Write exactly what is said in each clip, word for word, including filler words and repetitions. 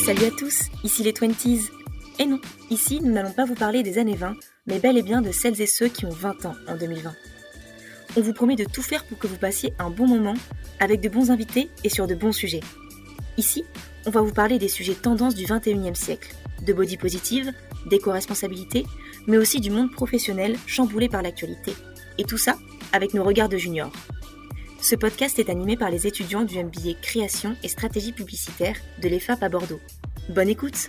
Salut à tous, ici les twenties. Et non, ici nous n'allons pas vous parler des années vingt, mais bel et bien de celles et ceux qui ont vingt ans en deux mille vingt. On vous promet de tout faire pour que vous passiez un bon moment, avec de bons invités et sur de bons sujets. Ici, on va vous parler des sujets tendances du vingt et unième siècle, de body positive, d'éco-responsabilité, mais aussi du monde professionnel chamboulé par l'actualité. Et tout ça avec nos regards de juniors. Ce podcast est animé par les étudiants du M B A Création et Stratégie Publicitaire de l'E F A P à Bordeaux. Bonne écoute!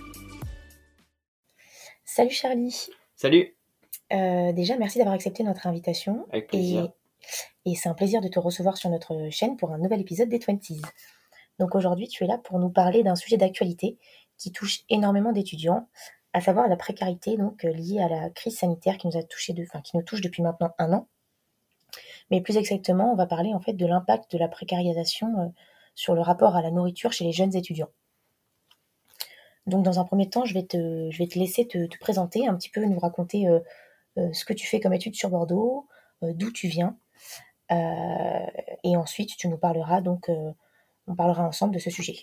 Salut Charlie. Salut. Euh, déjà, merci d'avoir accepté notre invitation. Avec plaisir. Et, et c'est un plaisir de te recevoir sur notre chaîne pour un nouvel épisode des twenties. Donc aujourd'hui, tu es là pour nous parler d'un sujet d'actualité qui touche énormément d'étudiants, à savoir la précarité donc euh, liée à la crise sanitaire qui nous a touché de, enfin, qui nous touche depuis maintenant un an. Mais plus exactement, on va parler en fait de l'impact de la précarisation euh, sur le rapport à la nourriture chez les jeunes étudiants. Donc dans un premier temps, je vais te, je vais te laisser te, te présenter, un petit peu nous raconter euh, euh, ce que tu fais comme études sur Bordeaux, euh, d'où tu viens, euh, et ensuite tu nous parleras donc, euh, on parlera ensemble de ce sujet.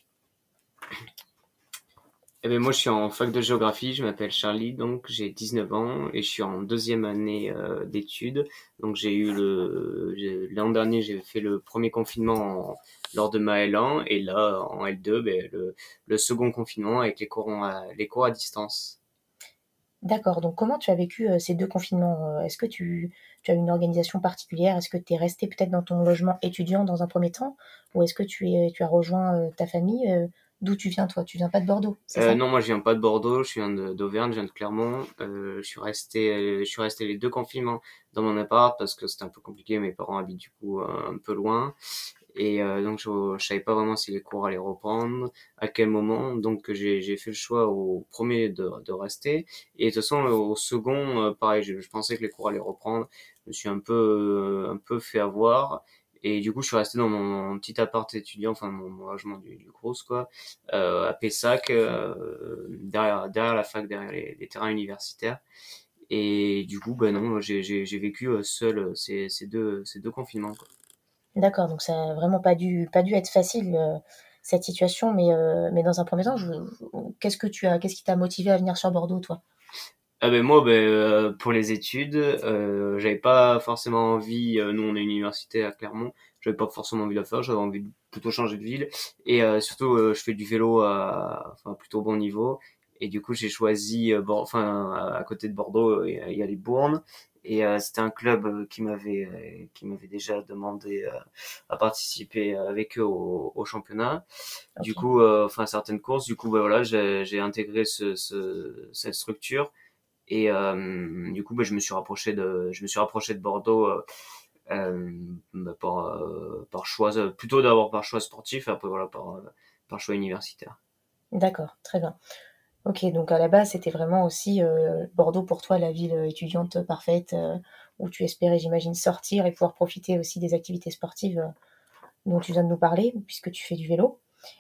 Eh ben moi, je suis en fac de géographie, je m'appelle Charlie, donc j'ai dix-neuf ans et je suis en deuxième année euh, d'études. Donc j'ai eu le j'ai- l'an dernier, j'ai fait le premier confinement en- lors de ma L un et là en L deux, ben, le, le second confinement avec les cours à, les cours à distance. D'accord, donc comment tu as vécu euh, ces deux confinements? Euh, Est-ce que tu, tu as une organisation particulière? Est-ce que tu es resté peut-être dans ton logement étudiant dans un premier temps? Ou est-ce que tu, es, tu as rejoint euh, ta famille? Euh, D'où tu viens toi? Tu viens pas de Bordeaux, c'est Euh, ça? non, moi je viens pas de Bordeaux, je viens de- d'Auvergne, je viens de Clermont. Euh, je suis resté, euh, je suis resté les deux confinements dans mon appart parce que c'était un peu compliqué. Mes parents habitent du coup euh, un peu loin. Et euh, donc je, je savais pas vraiment si les cours allaient reprendre, à quel moment. Donc j'ai j'ai fait le choix au premier de, de rester. Et de toute façon au second, euh, pareil, je, je pensais que les cours allaient reprendre. Je me suis un peu euh, un peu fait avoir. Et du coup je suis resté dans mon petit appart étudiant, enfin mon, mon logement du, du Crous quoi, euh, à Pessac, euh, derrière derrière la fac, derrière les, les terrains universitaires. Et du coup ben non, j'ai j'ai j'ai vécu euh, seul euh, ces ces deux ces deux confinements quoi. D'accord, donc ça a vraiment pas dû, pas dû être facile euh, cette situation, mais, euh, mais dans un premier temps, je, qu'est-ce que tu as, qu'est-ce qui t'a motivé à venir sur Bordeaux, toi? Ah ben moi ben euh, pour les études euh, j'avais pas forcément envie, euh, nous on est une université à Clermont, j'avais pas forcément envie de la faire, j'avais envie de plutôt changer de ville et euh, surtout euh, je fais du vélo à enfin plutôt bon niveau et du coup j'ai choisi euh, Bor- enfin à, à côté de Bordeaux euh, il y a il y a les Bournes et euh, c'était un club euh, qui m'avait euh, qui m'avait déjà demandé euh, à participer avec eux au, au championnat. Du Ok, coup euh, enfin certaines courses, du coup ben voilà, j'ai j'ai intégré ce, ce cette structure et euh, du coup, bah, je me suis rapproché de, je me suis rapproché de Bordeaux euh, euh, bah, par, euh, par choix, euh, plutôt d'abord par choix sportif, et après voilà par, euh, par choix universitaire. d'accord, très bien. Ok, donc à la base, c'était vraiment aussi euh, Bordeaux pour toi, la ville étudiante parfaite, euh, où tu espérais, j'imagine, sortir et pouvoir profiter aussi des activités sportives euh, dont tu viens de nous parler, puisque tu fais du vélo.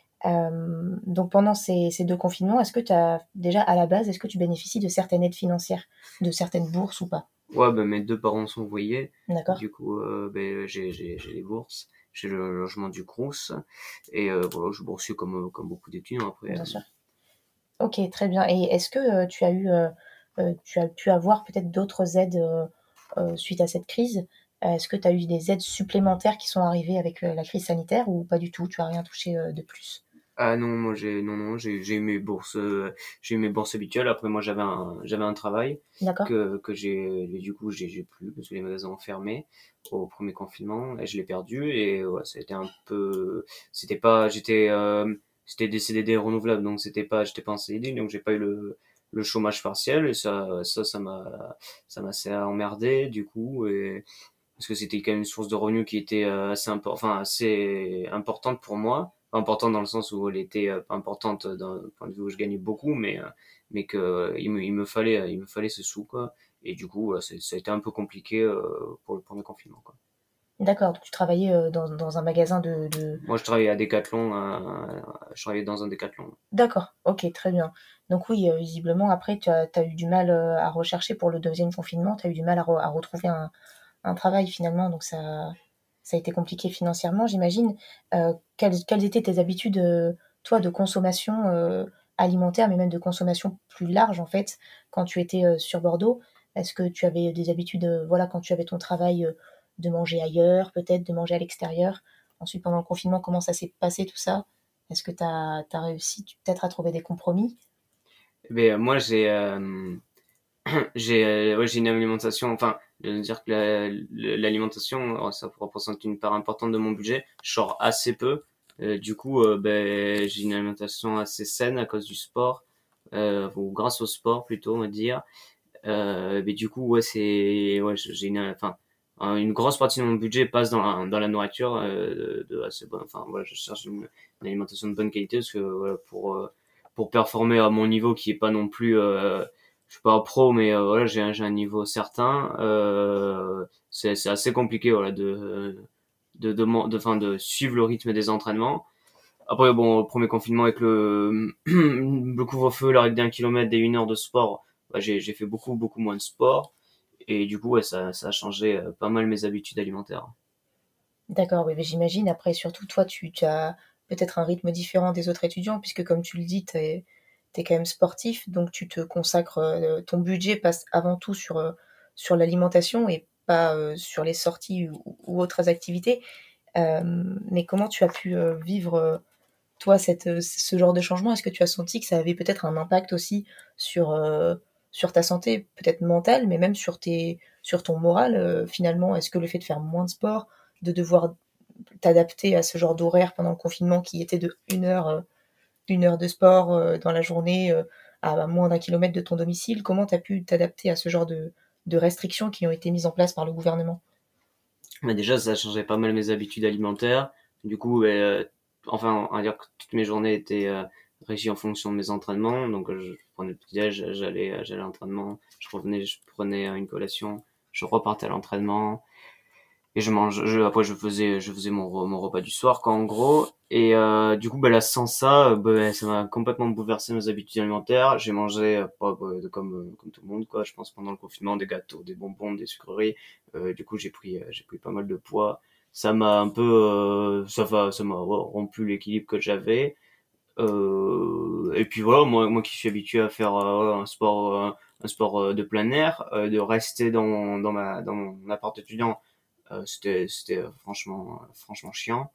Euh, donc pendant ces, ces deux confinements, est-ce que tu as déjà à la base, est-ce que tu bénéficies de certaines aides financières, de certaines bourses ou pas? Ouais, bah, mes deux parents sont voyés, D'accord? du coup, euh, ben, j'ai, j'ai, j'ai les bourses, j'ai le logement du Crous, et euh, voilà, je boursier comme, comme beaucoup d'étudiants après. Bien sûr. Ok, très bien. Et est-ce que euh, tu as eu, euh, euh, tu as pu avoir peut-être d'autres aides euh, euh, suite à cette crise? Euh, Est-ce que tu as eu des aides supplémentaires qui sont arrivées avec euh, la crise sanitaire ou pas du tout? Tu as rien touché euh, de plus? Ah non, moi j'ai non non, j'ai j'ai eu mes bourses euh, j'ai eu mes bourses habituelles. Après moi j'avais un j'avais un travail D'accord? que que j'ai du coup j'ai j'ai plus parce que les magasins ont fermé au premier confinement et je l'ai perdu et ouais, ça a été un peu c'était pas j'étais euh, c'était des C D D renouvelables donc c'était pas j'étais pas en C D D donc j'ai pas eu le le chômage partiel et ça ça ça m'a ça m'a assez emmerdé du coup et parce que c'était quand même une source de revenus qui était euh, assez impor- enfin assez importante pour moi, pas importante dans le sens où elle était euh, pas importante d'un point de vue où je gagnais beaucoup, mais euh, mais que euh, il me il me fallait euh, il me fallait ce sou quoi, et du coup euh, c'est- ça a été un peu compliqué euh, pour le premier confinement quoi. D'accord. Donc tu travaillais euh, dans, dans un magasin de, de... Moi je travaillais à Decathlon, euh, je travaillais dans un Decathlon. D'accord. Ok, très bien. Donc oui, euh, visiblement, après, tu as, eu du mal euh, à rechercher pour le deuxième confinement, tu as eu du mal à, re- à retrouver un, un travail finalement, donc ça, ça a été compliqué financièrement, j'imagine. Euh, quelles, quelles étaient tes habitudes, euh, toi, de consommation? Euh, alimentaire, mais même de consommation plus large, en fait, quand tu étais, heu, sur Bordeaux? Est-ce que tu avais des habitudes, heu, voilà, quand tu avais ton travail, heu, de manger ailleurs, peut-être de manger à l'extérieur? Ensuite, pendant le confinement, comment ça s'est passé tout ça? Est-ce que tu as tu as réussi tu peut-être à trouver des compromis? Mais moi, j'ai, euh, j'ai, euh, ouais, j'ai une alimentation, enfin, je veux dire que la- le- l'alimentation, euh, ça représente une part importante de mon budget. Je sors assez peu. Euh, du coup, euh, ben, j'ai une alimentation assez saine à cause du sport, euh, ou grâce au sport plutôt, on va dire. Euh, mais du coup, ouais, c'est, ouais, j'ai une, enfin, euh, une grosse partie de mon budget passe dans la, dans la nourriture, euh, de, de assez bonne, enfin, voilà, je cherche une, une alimentation de bonne qualité parce que, voilà, pour, euh, pour performer à mon niveau qui est pas non plus, euh, je suis pas pro, mais euh, voilà, j'ai un, j'ai un niveau certain, euh, c'est, c'est assez compliqué, voilà, de, de, de, de, de, enfin, de suivre le rythme des entraînements. Après, bon, le premier confinement avec le, le couvre-feu, la règle d'un kilomètre et une heure de sport, bah, j'ai, j'ai fait beaucoup, beaucoup moins de sport. Et du coup, ouais, ça, ça a changé euh, pas mal mes habitudes alimentaires. D'accord, oui, mais j'imagine. Après, surtout, toi, tu, tu as peut-être un rythme différent des autres étudiants, puisque comme tu le dis, tu es, quand même sportif, donc tu te consacres, euh, ton budget passe avant tout sur, euh, sur l'alimentation et pas euh, sur les sorties ou, ou autres activités. Euh, mais comment tu as pu euh, vivre, euh, toi, cette, euh, ce genre de changement? Est-ce que tu as senti que ça avait peut-être un impact aussi sur, euh, sur ta santé, peut-être mentale, mais même sur, tes, sur ton moral, euh, finalement? Est-ce que le fait de faire moins de sport, de devoir t'adapter à ce genre d'horaire pendant le confinement qui était de une heure, euh, une heure de sport euh, dans la journée euh, à moins d'un kilomètre de ton domicile. Comment tu as pu t'adapter à ce genre de, de restrictions qui ont été mises en place par le gouvernement? Mais déjà, ça a changé pas mal mes habitudes alimentaires. Du coup, euh, enfin, on va dire que toutes mes journées étaient euh, régies en fonction de mes entraînements. Donc, euh, je prenais le petit-déj, j'allais, euh, j'allais à l'entraînement, je revenais, je prenais euh, une collation, je repartais à l'entraînement. Et je mange, je, après je faisais, je faisais mon, re- mon repas du soir, quoi, en gros. Et euh, du coup, bah là, sans ça, euh, bah, ça m'a complètement bouleversé mes habitudes alimentaires. J'ai mangé, euh, pas, bah, de- comme, euh, comme tout le monde, quoi. Je pense pendant le confinement, des gâteaux, des bonbons, des sucreries. Euh, du coup, j'ai pris, euh, j'ai pris pas mal de poids. Ça m'a un peu, euh, ça va, ça m'a ouais, rompu l'équilibre que j'avais. Euh, et puis voilà, moi, moi qui suis habitué à faire euh, voilà, un sport, euh, un sport euh, de plein air, euh, de rester dans mon, dans ma, dans mon appart étudiant, euh, c'était c'était euh, franchement euh, franchement chiant,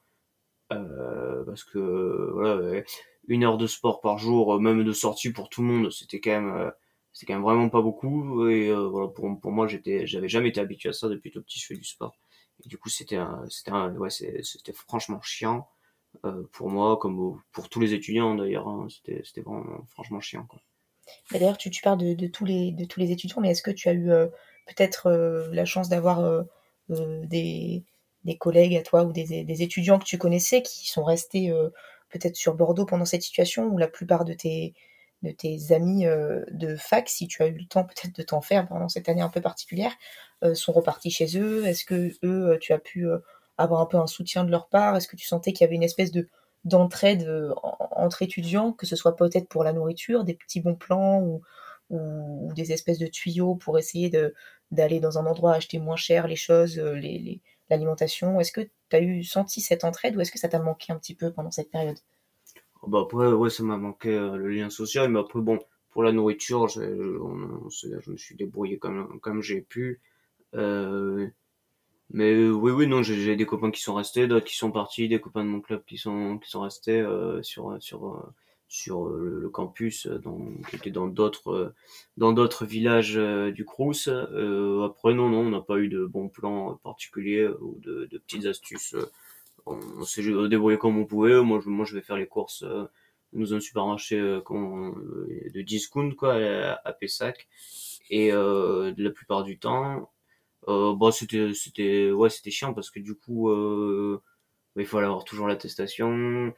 euh, parce que euh, voilà, euh, une heure de sport par jour, euh, même de sortie pour tout le monde, c'était quand même euh, c'était quand même vraiment pas beaucoup. Et euh, voilà, pour pour moi, j'étais j'avais jamais été habitué à ça. Depuis tout petit, je fais du sport, et du coup c'était un- c'était un- ouais, c'est- c'était franchement chiant, euh, pour moi comme au- pour tous les étudiants d'ailleurs, hein. C'était c'était vraiment franchement chiant, quoi. Bah, d'ailleurs, tu, tu parles de, de tous les, de tous les étudiants, mais est-ce que tu as eu euh, peut-être euh, la chance d'avoir euh, euh, des, des collègues à toi ou des, des étudiants que tu connaissais qui sont restés euh, peut-être sur Bordeaux pendant cette situation, ou la plupart de tes, de tes amis euh, de fac, si tu as eu le temps peut-être de t'en faire pendant cette année un peu particulière, euh, sont repartis chez eux? Est-ce que eux, euh, tu as pu euh, avoir un peu un soutien de leur part? Est-ce que tu sentais qu'il y avait une espèce de d'entraide euh, en- entre étudiants, que ce soit peut-être pour la nourriture, des petits bons plans ou, ou, ou des espèces de tuyaux pour essayer de, d'aller dans un endroit acheter moins cher les choses, euh, les, les- l'alimentation? Est-ce que tu as eu senti cette entraide ou est-ce que ça t'a manqué un petit peu pendant cette période? Bah après, ouais, ça m'a manqué euh, le lien social, mais après, bon, pour la nourriture, j'ai- on- on s'est- je me suis débrouillé comme, comme j'ai pu. Euh, mais euh, oui, oui, non, j'ai j'ai des copains qui sont restés, d'autres qui sont partis, des copains de mon club qui sont, qui sont restés euh, sur, sur, euh, sur euh, le, le campus, euh, dans, qui était dans d'autres, euh, dans d'autres villages euh, du Crous. Euh, après, non, non, on n'a pas eu de bons plans particuliers euh, ou de, de petites astuces. euh, on s'est débrouillé comme on pouvait. Moi, je, moi, je vais faire les courses euh, dans un supermarché euh, comment, euh, de discount, quoi, à, à Pessac. Et euh, la plupart du temps, euh, bon, c'était, c'était, ouais, c'était chiant parce que du coup, euh, il fallait avoir toujours l'attestation.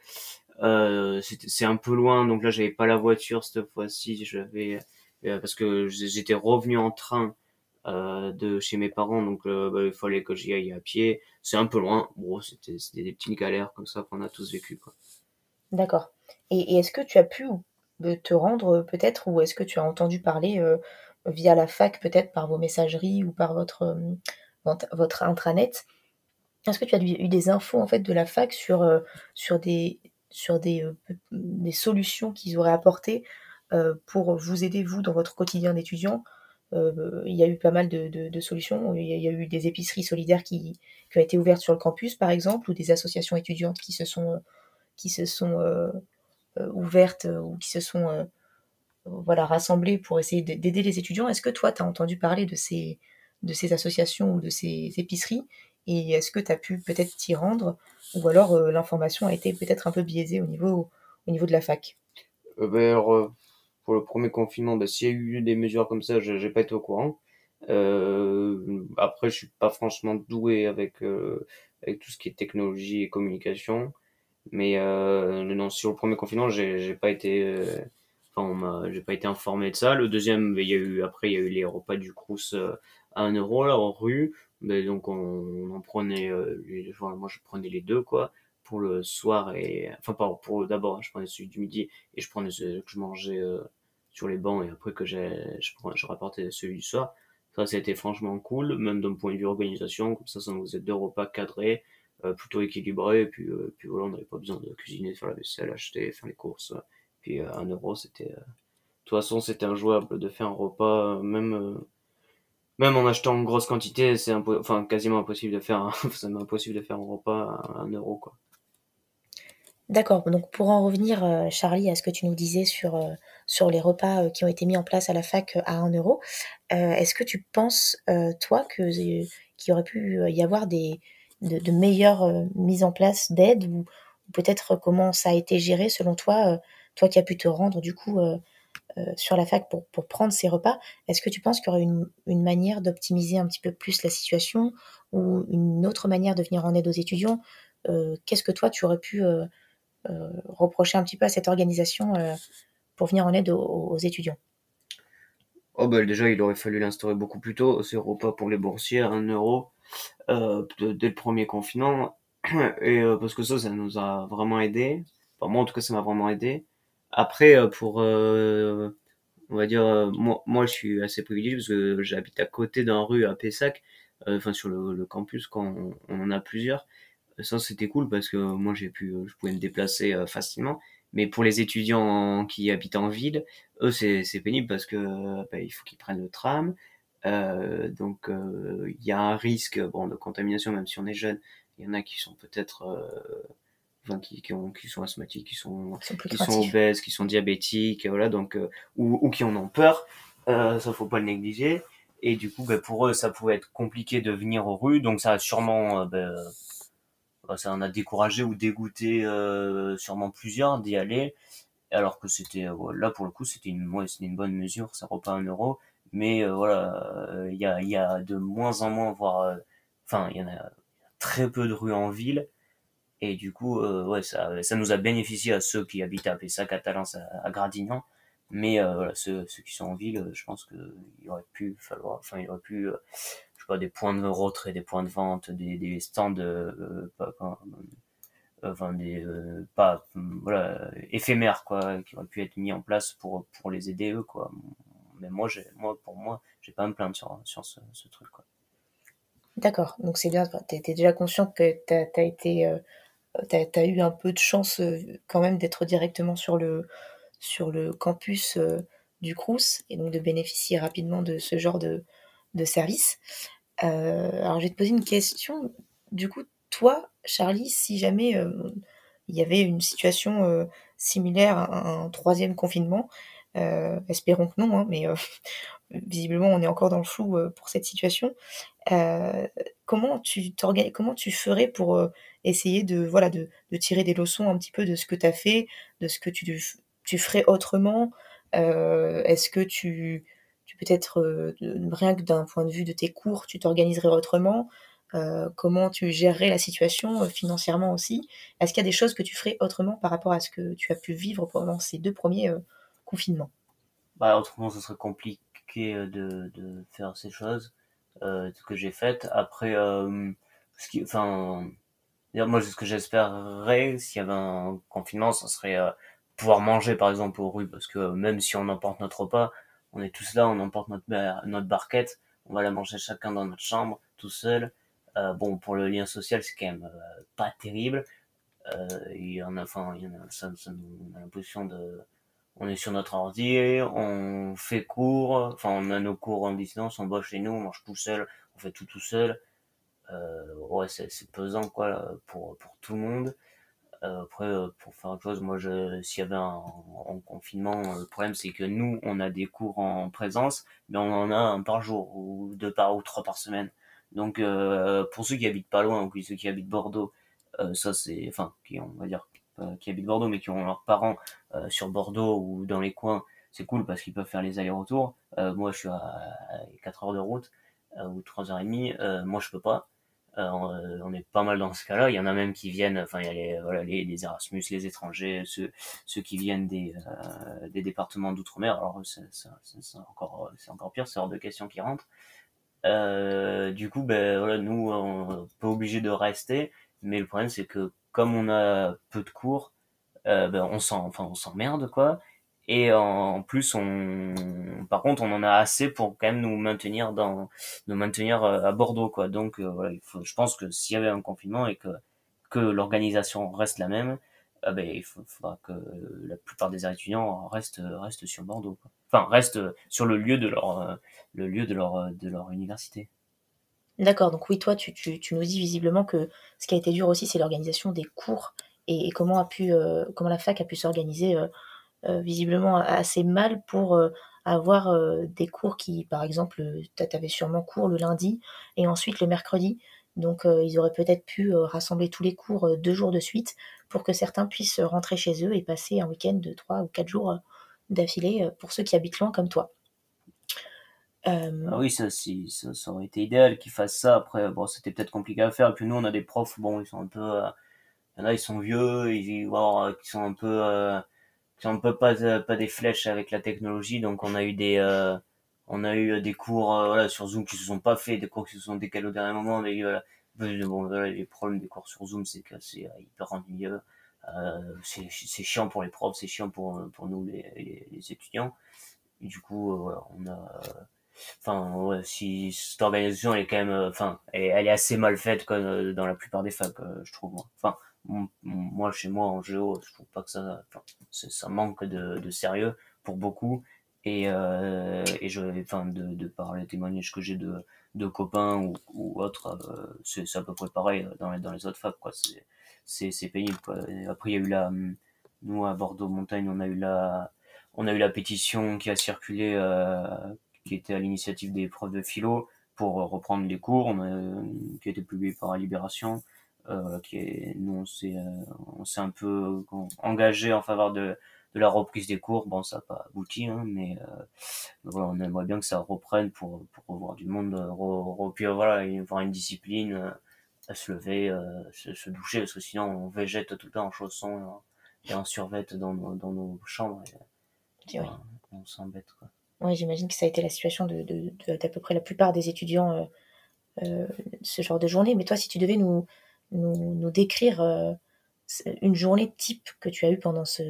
Euh, c'était, c'est un peu loin, donc là, j'avais pas la voiture cette fois-ci. J'avais, euh, parce que j'étais revenu en train euh, de chez mes parents, donc euh, bah, il fallait que j'y aille à pied. C'est un peu loin. Bon, c'était, c'était des petites galères comme ça qu'on a tous vécu, quoi. D'accord. Et, et est-ce que tu as pu euh, te rendre euh, peut-être, ou est-ce que tu as entendu parler euh, via la fac, peut-être par vos messageries ou par votre, euh, votre votre intranet? Est-ce que tu as eu des infos en fait de la fac sur, euh, sur des, sur des, heu, p des solutions qu'ils auraient apportées, heu, pour vous aider, vous, dans votre quotidien d'étudiant. Heu, il y a eu pas mal de de de solutions. Il y a il y a eu des épiceries solidaires qui qui ont été ouvertes sur le campus, par exemple, ou des associations étudiantes qui se sont, heu, qui se sont, heu heu, ouvertes, heu, ou qui se sont, heu, voilà, rassemblées pour essayer d'ai d'aider les étudiants. Est-ce que toi, tu as entendu parler de ces de ces associations ou de ces épiceries? Et est-ce que tu as pu peut-être t'y rendre? Ou alors, heu, l'information a été peut-être un peu biaisée au niveau au niveau de la fac? Euh, ben, alors, euh, pour le premier confinement, ben, s'il y a eu des mesures comme ça, j'ai j'ai pas été au courant. Euh, après, je suis pas franchement doué avec, euh, avec tout ce qui est technologie et communication. Mais euh, non, sur le premier confinement, j'ai j'ai pas été, euh, enfin, on m'a, j'ai pas été informé de ça. Le deuxième, ben, il y a eu, après, il y a eu les repas du Crous euh, à un euro là en rue. Ben, donc on, on en prenait, euh, les- enfin, moi je prenais les deux quoi pour le soir et, enfin pas pour d'abord, hein, je prenais celui du midi et je prenais ce que je mangeais euh, sur les bancs et après que j'ai, je prenais, je rapportais celui du soir. Ça, c'était franchement cool, même d'un point de vue organisation. Comme ça, ça nous faisait deux repas cadrés euh, plutôt équilibré, et puis, euh, puis voilà, on n'avait pas besoin de cuisiner, faire la vaisselle, acheter, faire les courses. Puis euh, un euro, c'était. Euh, de toute façon, c'était injouable de faire un repas, euh, même, euh, même en achetant une grosse quantité, c'est impo- enfin, quasiment impossible de faire un, c'est impossible de faire un repas à un euro, quoi. D'accord, donc pour en revenir, heu, Charlie, à ce que tu nous disais sur, heu, sur les repas, heu, qui ont été mis en place à la fac, heu, à un euro, heu, est-ce que tu penses, heu, toi, que zé qu'il y aurait pu, heu, y avoir des de de meilleures, heu, mises en place d'aides ou ou peut-être comment ça a été géré selon toi, heu, toi qui as pu te rendre du coup, heu heu, sur la fac pour pour prendre ces repas? Est-ce que tu penses qu'il y aurait une une manière d'optimiser un petit peu plus la situation ou une autre manière de venir en aide aux étudiants? Heu, qu'est-ce que toi tu aurais pu, heu heu, reprocher un petit peu à cette organisation, heu, pour venir en aide aux aux étudiants? Oh, bah, déjà, il aurait fallu l'instaurer beaucoup plus tôt, ce repas pour les boursiers à un euro, euh, de- dès le premier confinement. Et euh, parce que ça, ça nous a vraiment aidé. Enfin, moi, en tout cas, ça m'a vraiment aidé. Après, euh, pour, euh, on va dire, euh, moi, moi, je suis assez privilégié parce que j'habite à côté d'un rue à Pessac, euh, enfin sur le, le campus quand on, on en a plusieurs. Ça, c'était cool parce que moi, j'ai pu, je pouvais me déplacer euh, facilement. Mais pour les étudiants qui habitent en ville, eux, c'est c'est pénible parce que bah, il faut qu'ils prennent le tram. Euh, donc, euh, il y a un risque, bon, de contamination, même si on est jeune. Il y en a qui sont peut-être, euh, enfin, qui, qui, ont, qui sont asthmatiques, qui sont, Ils sont plus qui sont craintifs. obèses, qui sont diabétiques, voilà, donc, euh, ou, ou qui en ont peur. Euh, ça, faut pas le négliger. Et du coup, bah, pour eux, ça pouvait être compliqué de venir aux rues, donc ça a sûrement, euh, bah, bah, ça en a découragé ou dégoûté euh, sûrement plusieurs d'y aller, alors que c'était euh, là pour le coup c'était une, ouais, c'était une bonne mesure, ça repas un euro, mais euh, voilà, il euh, y, a, y a de moins en moins, voire, euh, enfin il y en a très peu de rues en ville, et du coup euh, ouais ça, ça nous a bénéficié à ceux qui habitent à Pessac, à Talence, à, à Gradignan, mais euh, voilà, ceux, ceux qui sont en ville, je pense que il aurait pu falloir, enfin il aurait pu euh, je sais pas, des points de retrait, des points de vente, des, des stands, euh, pas, pas- enfin des euh, pas hum, voilà éphémères quoi, qui auraient pu être mis en place pour pour les aider eux quoi. Mais moi j'ai moi pour moi j'ai pas à me plaindre sur sur ce, ce truc quoi. D'accord, donc c'est bien, tu étais déjà conscient que tu as tu as été, heu, tu as tu as eu un peu de chance, heu, quand même d'être directement sur le sur le campus, heu, du Crous et donc de bénéficier rapidement de ce genre de de service. Heu, alors je vais te poser une question. Du coup, toi, Charlie, si jamais, heu, il y avait une situation, heu, similaire à un un troisième confinement, heu, espérons que non, hein, mais, heu, visiblement on est encore dans le flou, heu, pour cette situation. Heu, comment tu t'orga comment tu ferais pour, heu, essayer de, voilà, de de tirer des leçons un petit peu de ce que tu as fait, de ce que tu f tu ferais autrement? Heu, est-ce que tu tu peut-être, heu, de rien que d'un point de vue de tes cours, tu t'organiserais autrement? Heu, comment tu gérerais la situation, heu, financièrement aussi? Est-ce qu'il y a des choses que tu ferais autrement par rapport à ce que tu as pu vivre pendant ces deux premiers er confinements? Bah autrement ce serait compliqué euh, de de faire ces choses euh, que j'ai faites. Après euh, ce qui enfin d'ailleurs, moi ce que j'espérerais s'il y avait un confinement, ça serait euh, pouvoir manger par exemple aux rues, parce que euh, même si on emporte notre repas, on est tous là, on emporte notre bar- notre barquette, on va la manger chacun dans notre chambre tout seul. Euh, bon, pour le lien social c'est quand même euh, pas terrible. Euh, il y en a, enfin, il y en a, ça, ça nous- on a l'impression de, on est sur notre ordi, on fait cours, enfin, on a nos cours en distance, on bosse chez nous, on mange tout seul, on fait tout tout seul. Euh, ouais, c'est, c'est pesant, quoi, pour, pour tout le monde. Euh, après, euh, pour faire autre chose, moi, je, s'il y avait un, un confinement, euh, le problème, c'est que nous, on a des cours en présence, mais on en a un par jour, ou deux par, ou trois par semaine. Donc, euh, pour ceux qui habitent pas loin, ou ceux qui habitent Bordeaux, euh, ça c'est, enfin, qui ont, on va dire, euh, qui habitent Bordeaux, mais qui ont leurs parents euh, sur Bordeaux ou dans les coins, c'est cool parce qu'ils peuvent faire les allers-retours. Euh, moi, je suis à quatre heures de route, euh, ou trois heures trente, euh, moi, je peux pas. Euh, on est pas mal dans ce cas-là. Il y en a même qui viennent, enfin il y a les, voilà, les, les Erasmus, les étrangers, ceux, ceux qui viennent des, euh, des départements d'outre-mer. Alors c'est, c'est, c'est encore, c'est encore pire, c'est hors de question qui rentrent. Euh, du coup, ben voilà, nous on est pas obligé de rester, mais le problème c'est que comme on a peu de cours, euh, ben on s'en, enfin on s'emmerde quoi. Et en plus, on, par contre, on en a assez pour quand même nous maintenir dans, nous maintenir euh, à Bordeaux, quoi. Donc, euh, voilà, il faut, je pense que s'il y avait un confinement et que, que l'organisation reste la même, euh, ben, il faut, faudra que la plupart des étudiants restent, restent sur Bordeaux, quoi. Enfin, restent sur le lieu de leur, euh, le lieu de leur, de leur université. D'accord, donc oui, toi, tu, tu, tu nous dis visiblement que ce qui a été dur aussi, c'est l'organisation des cours et, et comment a pu, euh, comment la fac a pu s'organiser euh, euh, visiblement assez mal pour euh, avoir euh, des cours qui, par exemple, tu avais sûrement cours le lundi et ensuite le mercredi. Donc, euh, ils auraient peut-être pu euh, rassembler tous les cours euh, deux jours de suite pour que certains puissent rentrer chez eux et passer un week-end de trois ou quatre jours euh, d'affilée euh, pour ceux qui habitent loin comme toi. Ah Euh, oui, ça, si, ça, ça aurait été idéal qu'ils fassent ça. Après, bon, c'était peut-être compliqué à faire. Et puis nous, on a des profs, bon, ils sont un peu, euh, il y en a, ils sont vieux, ils, bon, euh, qui sont un peu, euh, qui sont un peu pas, euh, pas des flèches avec la technologie. Donc on a eu des, euh, on a eu des cours, euh, voilà, sur Zoom qui se sont pas faits, des cours qui se sont décalés au dernier moment. Mais voilà, Mais bon, voilà, les problèmes des cours sur Zoom, c'est que c'est euh, hyper ennuyeux. Euh, c'est, c'est chiant pour les profs, c'est chiant pour, pour nous les, les, les étudiants. Et du coup, euh, voilà, on a, enfin, ouais, si cette organisation elle est quand même, euh, enfin, elle, est- elle est assez mal faite comme euh, dans la plupart des facs, euh, je trouve. Moi. Enfin, m- m- moi chez moi en géo, je trouve pas que ça, enfin, c'est- ça manque de, de sérieux pour beaucoup. Et, euh, et je, enfin, de, de par les témoignages que j'ai de, de copains ou, ou autres, euh, c'est c'est à peu près pareil dans les, dans les autres facs, quoi. C'est, c'est, c'est pénible, quoi. Et après, il y a eu la, hum, nous à Bordeaux Montagne, on a eu la, on a eu la pétition qui a circulé, euh, qui était à l'initiative des profs de philo pour reprendre les cours, on a, qui a été publié par Libération. Euh, qui est, nous on s'est, euh, on s'est un peu engagé en faveur de, de la reprise des cours. Bon, ça n'a pas abouti, hein, mais euh, voilà, on aimerait bien que ça reprenne pour, pour revoir du monde, re, re, puis voilà, y avoir une discipline, euh, à se lever, euh, se, se doucher, parce que sinon on végète tout le temps en chaussons et en, et en survette dans nos, dans nos chambres. Et, c'est vrai. ben, on s'embête, quoi. Ouais, j'imagine que ça a été la situation de, de, de- d'à peu près la plupart des étudiants euh, euh, ce genre de journée. Mais toi, si tu devais nous, nous, nous décrire euh, une journée type que tu as eue pendant ce,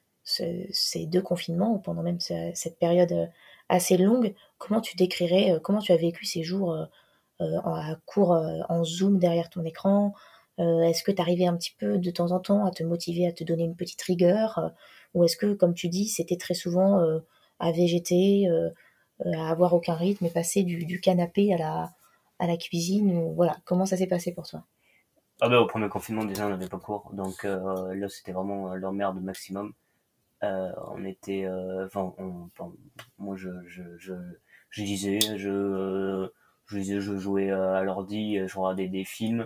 ce- ces deux confinements ou pendant même ce- cette période euh, assez longue, comment tu décrirais, euh, comment tu as vécu ces jours euh, euh, en- à cours euh, en Zoom derrière ton écran? Euh, est-ce que tu arrivais un petit peu de temps en temps à te motiver, à te donner une petite rigueur? euh, ou est-ce que, comme tu dis, c'était très souvent euh, à végéter, euh, euh, à avoir aucun rythme et passer du, du canapé à la, à la cuisine ou, voilà, comment ça s'est passé pour toi? Ah ben au premier confinement déjà on n'avait pas cours, donc euh, là c'était vraiment euh, l'emmerde maximum. Euh, on était, euh, enfin, on- enfin, moi je, je, je, je lisais, je, euh, je lisais, je jouais euh, à l'ordi, je regardais des films,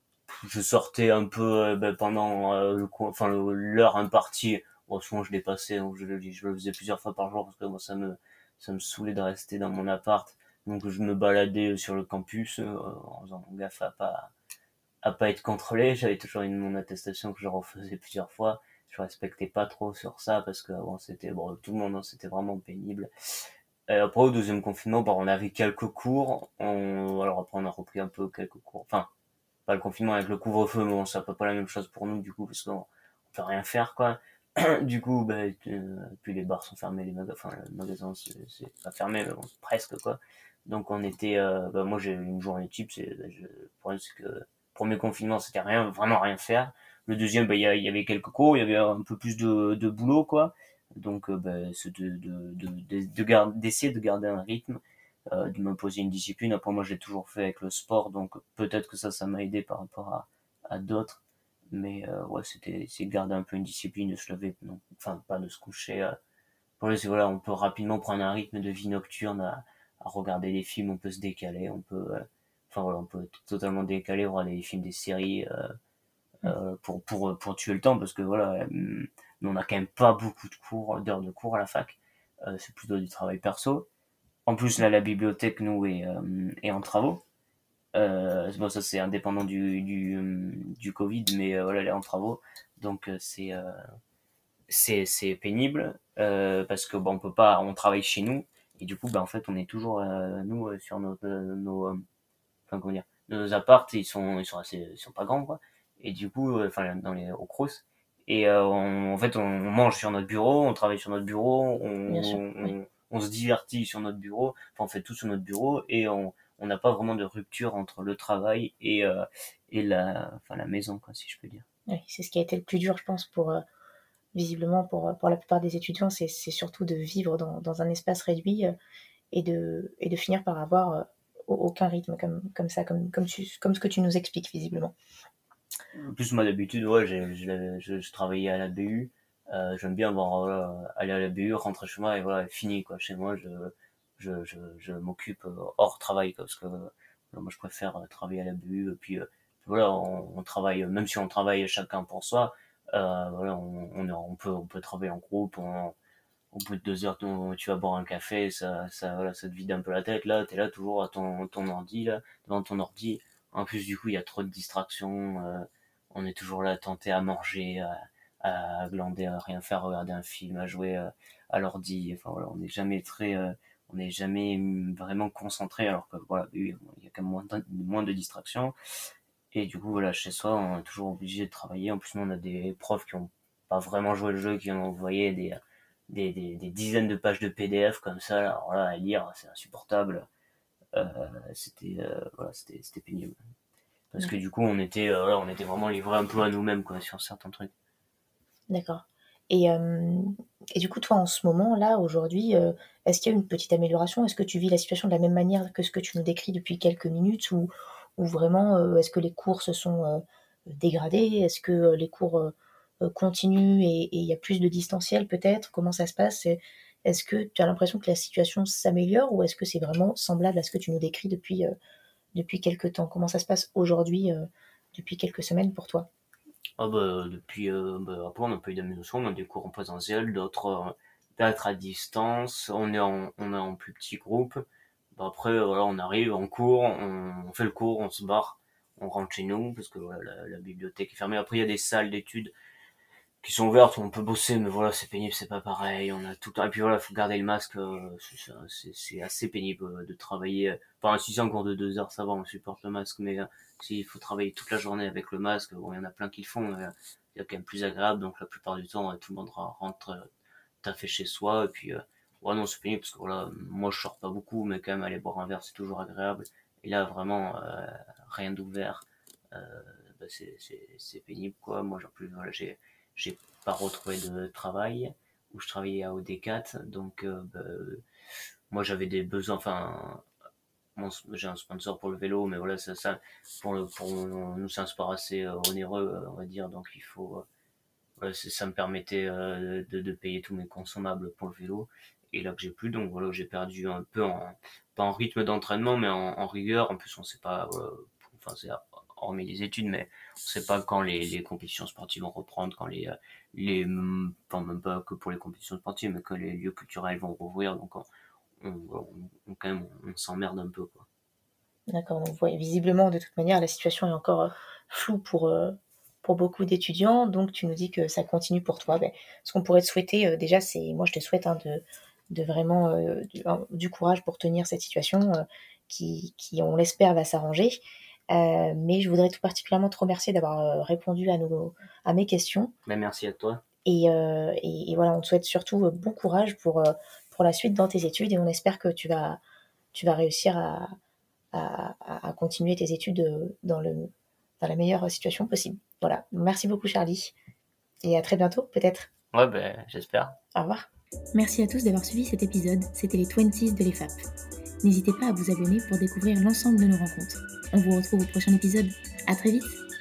je sortais un peu euh, ben, pendant euh, le, co- enfin le- l'heure impartie. Bon, souvent je dépassais, donc je, le- je le faisais plusieurs fois par jour parce que moi ça me, ça me saoulait de rester dans mon appart. Donc je me baladais sur le campus euh, en faisant gaffe à pas à pas être contrôlé. J'avais toujours une mon attestation que je refaisais plusieurs fois. Je respectais pas trop sur ça parce que bon, c'était bon, tout le monde, hein, c'était vraiment pénible. Et après au deuxième confinement, bon, on avait quelques cours. On, alors après on a repris un peu quelques cours. Enfin, pas le confinement avec le couvre-feu, mais bon, c'est à peu près la même chose pour nous du coup parce qu'on on peut rien faire quoi. Du coup, ben, euh, puis les bars sont fermés, les magasins, enfin le magasin c'est, c'est pas fermé, mais bon, presque quoi. Donc on était, euh, bah, moi j'ai eu une journée type, c'est, je, le problème c'est que premier confinement c'était rien, vraiment rien faire. Le deuxième, bah, il y, a- il y avait quelques cours, il y avait un peu plus de, de boulot, quoi. Donc, euh, bah, c'est de, de, de, de, de gar- d'essayer de garder un rythme, euh, de m'imposer une discipline. Après, moi, j'ai toujours fait avec le sport, donc peut-être que ça, ça m'a aidé par rapport à, à d'autres. Mais euh, ouais, c'était essayer de garder un peu une discipline, de se lever, non, enfin, pas de se coucher. Euh, pour le, c'est voilà, on peut rapidement prendre un rythme de vie nocturne à, à regarder des films, on peut se décaler, on peut, euh, enfin voilà, on peut totalement décaler, regarder des films, des séries, euh, Mm. euh, pour, pour, pour tuer le temps, parce que voilà, euh, on n'a quand même pas beaucoup de cours, d'heures de cours à la fac. Euh, c'est plutôt du travail perso. En plus, là, la bibliothèque, nous, est, euh, est en travaux. Euh, bon, ça, c'est indépendant du, du, euh, du Covid, mais euh, voilà, elle est en travaux. Donc, euh, c'est, euh, c'est, c'est pénible, euh, parce que bon, on peut pas, on travaille chez nous, et du coup, bah, en fait, on est toujours, euh, nous, euh, sur nos, euh, nos, euh, enfin, comment dire, nos apparts, ils sont, ils sont assez, ils sont pas grands, quoi. Et du coup, euh, enfin, dans les, au Crous. Et euh, on, en fait, on, on mange sur notre bureau, on travaille sur notre bureau, Bien sûr, on, oui. on, on se divertit sur notre bureau, enfin, on fait tout sur notre bureau, et on, on n'a pas vraiment de rupture entre le travail et, euh, et la, enfin, la maison, quoi, si je peux dire. Oui, c'est ce qui a été le plus dur, je pense, pour, euh, visiblement, pour, euh, pour la plupart des étudiants, c'est c'est surtout de vivre dans, dans un espace réduit euh, et, de, et de finir par avoir euh, aucun rythme comme, comme ça, comme, comme, tu, comme ce que tu nous expliques, visiblement. En plus, moi, d'habitude, ouais, j'ai, je, je, je travaillais à la B U. Euh, j'aime bien voir, voilà, aller à la B U, rentrer chez moi et voilà, fini, quoi. Chez moi, je, je, je, je m'occupe euh, hors travail, quoi, parce que euh, moi, je préfère euh, travailler à la B U. Et puis, euh, voilà, on, on travaille, même si on travaille chacun pour soi, euh, voilà, on, on, est- on peut, on peut travailler en groupe. On, au bout de deux heures, tu tu vas boire un café, ça, ça, voilà, ça te vide un peu la tête. Là, t'es là toujours à ton, ton ordi, là, devant ton ordi. En plus, du coup, il y a trop de distractions. Euh, on est toujours là, tenté à manger, à, à glander, à rien faire, regarder un film, à jouer euh, à l'ordi. Enfin voilà, on n'est jamais très, euh, on n'est jamais hum, vraiment concentré. Alors que voilà, oui, il y a quand même moins de, moins de distractions. Et du coup, voilà, chez soi, on est toujours obligé de travailler. En plus, nous, on a des profs qui ont pas vraiment joué le jeu, qui ont envoyé des, des, des, des dizaines de pages de P D F comme ça. Alors là, à lire, c'est insupportable. Euh, c'était, euh, voilà, c'était, c'était pénible. Parce que du coup, on était, euh, voilà, on était vraiment livrés un peu à nous-mêmes, quoi, sur certains trucs. D'accord. Et, euh, et du coup, toi, en ce moment, là, aujourd'hui, euh, est-ce qu'il y a une petite amélioration? Est-ce que tu vis la situation de la même manière que ce que tu nous décris depuis quelques minutes? Ou, ou vraiment, euh, est-ce que les cours se sont euh, dégradés? Est-ce que euh, les cours euh, euh, continuent et et il y a plus de distanciel peut-être? Comment ça se passe? Et est-ce que tu as l'impression que la situation s'améliore ou est-ce que c'est vraiment semblable à ce que tu nous décris depuis, euh, depuis quelques temps? Comment ça se passe aujourd'hui, euh, depuis quelques semaines pour toi? Ah bah, depuis, euh, bah, après, on n'a pas eu d'amélioration, on a des cours en présentiel, d'autres, euh, d'autres à distance, on est en, on est en plus petit groupe. Bah, après, euh, voilà, on arrive, on court, on, on fait le cours, on se barre, on rentre chez nous, parce que voilà, la, la bibliothèque est fermée. Après, il y a des salles d'études qui sont ouvertes où on peut bosser, mais voilà, c'est pénible, c'est pas pareil. On a tout le temps, et puis voilà, faut garder le masque, euh, c'est c'est- c'est assez pénible euh, de travailler. Enfin, si c'est un cours de deux heures, ça va, on supporte le masque, mais euh, s'il faut travailler toute la journée avec le masque, bon, il y en a plein qui le font, mais euh, il y a quand même plus agréable, donc la plupart du temps, euh, tout le monde rentre euh, taffer chez soi, et puis, euh, ouais, non, c'est pénible, parce que voilà, moi je sors pas beaucoup, mais quand même, aller boire un verre, c'est toujours agréable. Et là, vraiment, euh, rien d'ouvert, euh, bah, c'est c'est- c'est pénible, quoi. Moi, j'en plus, voilà, j'ai j'ai pas retrouvé de travail où je travaillais à O D quatre, donc euh, bah, moi j'avais des besoins, enfin mon- j'ai un sponsor pour le vélo, mais voilà, ça, ça pour, le, pour nous c'est un sport assez euh, onéreux, euh, on va dire, donc il faut, euh, voilà, c'est- ça me permettait euh, de, de payer tous mes consommables pour le vélo, et là que j'ai plus, donc voilà, j'ai perdu un peu en, pas en rythme d'entraînement, mais en, en rigueur. En plus, on sait pas, voilà, enfin c'est hormis les études, mais on sait pas quand les, les compétitions sportives vont reprendre, quand les, euh, les, hum, enfin même pas que pour les compétitions sportives, mais que les lieux culturels vont rouvrir, donc on, on, on- on- quand même, on s'emmerde un peu, quoi. D'accord, donc ouais, visiblement, de toute manière, la situation est encore euh, floue pour, euh, pour beaucoup d'étudiants. Donc, tu nous dis que ça continue pour toi. Ben, ce qu'on pourrait te souhaiter, euh, déjà, c'est, moi, je te souhaite hein, de, de vraiment euh, du, un- du courage pour tenir cette situation euh, qui, qui, on l'espère, va s'arranger. Euh, mais je voudrais tout particulièrement te remercier d'avoir euh, répondu à, nos, à mes questions. Ben, merci à toi. Et, euh, et, et voilà, on te souhaite surtout euh, bon courage pour, euh, pour la suite dans tes études et on espère que tu vas, tu vas réussir à, à, à continuer tes études euh, dans le, dans la meilleure situation possible. Voilà, merci beaucoup Charlie, et à très bientôt peut-être. Ouais, ben j'espère. Au revoir. Merci à tous d'avoir suivi cet épisode, c'était les vingt de l'E F A P. N'hésitez pas à vous abonner pour découvrir l'ensemble de nos rencontres. On vous retrouve au prochain épisode. À très vite.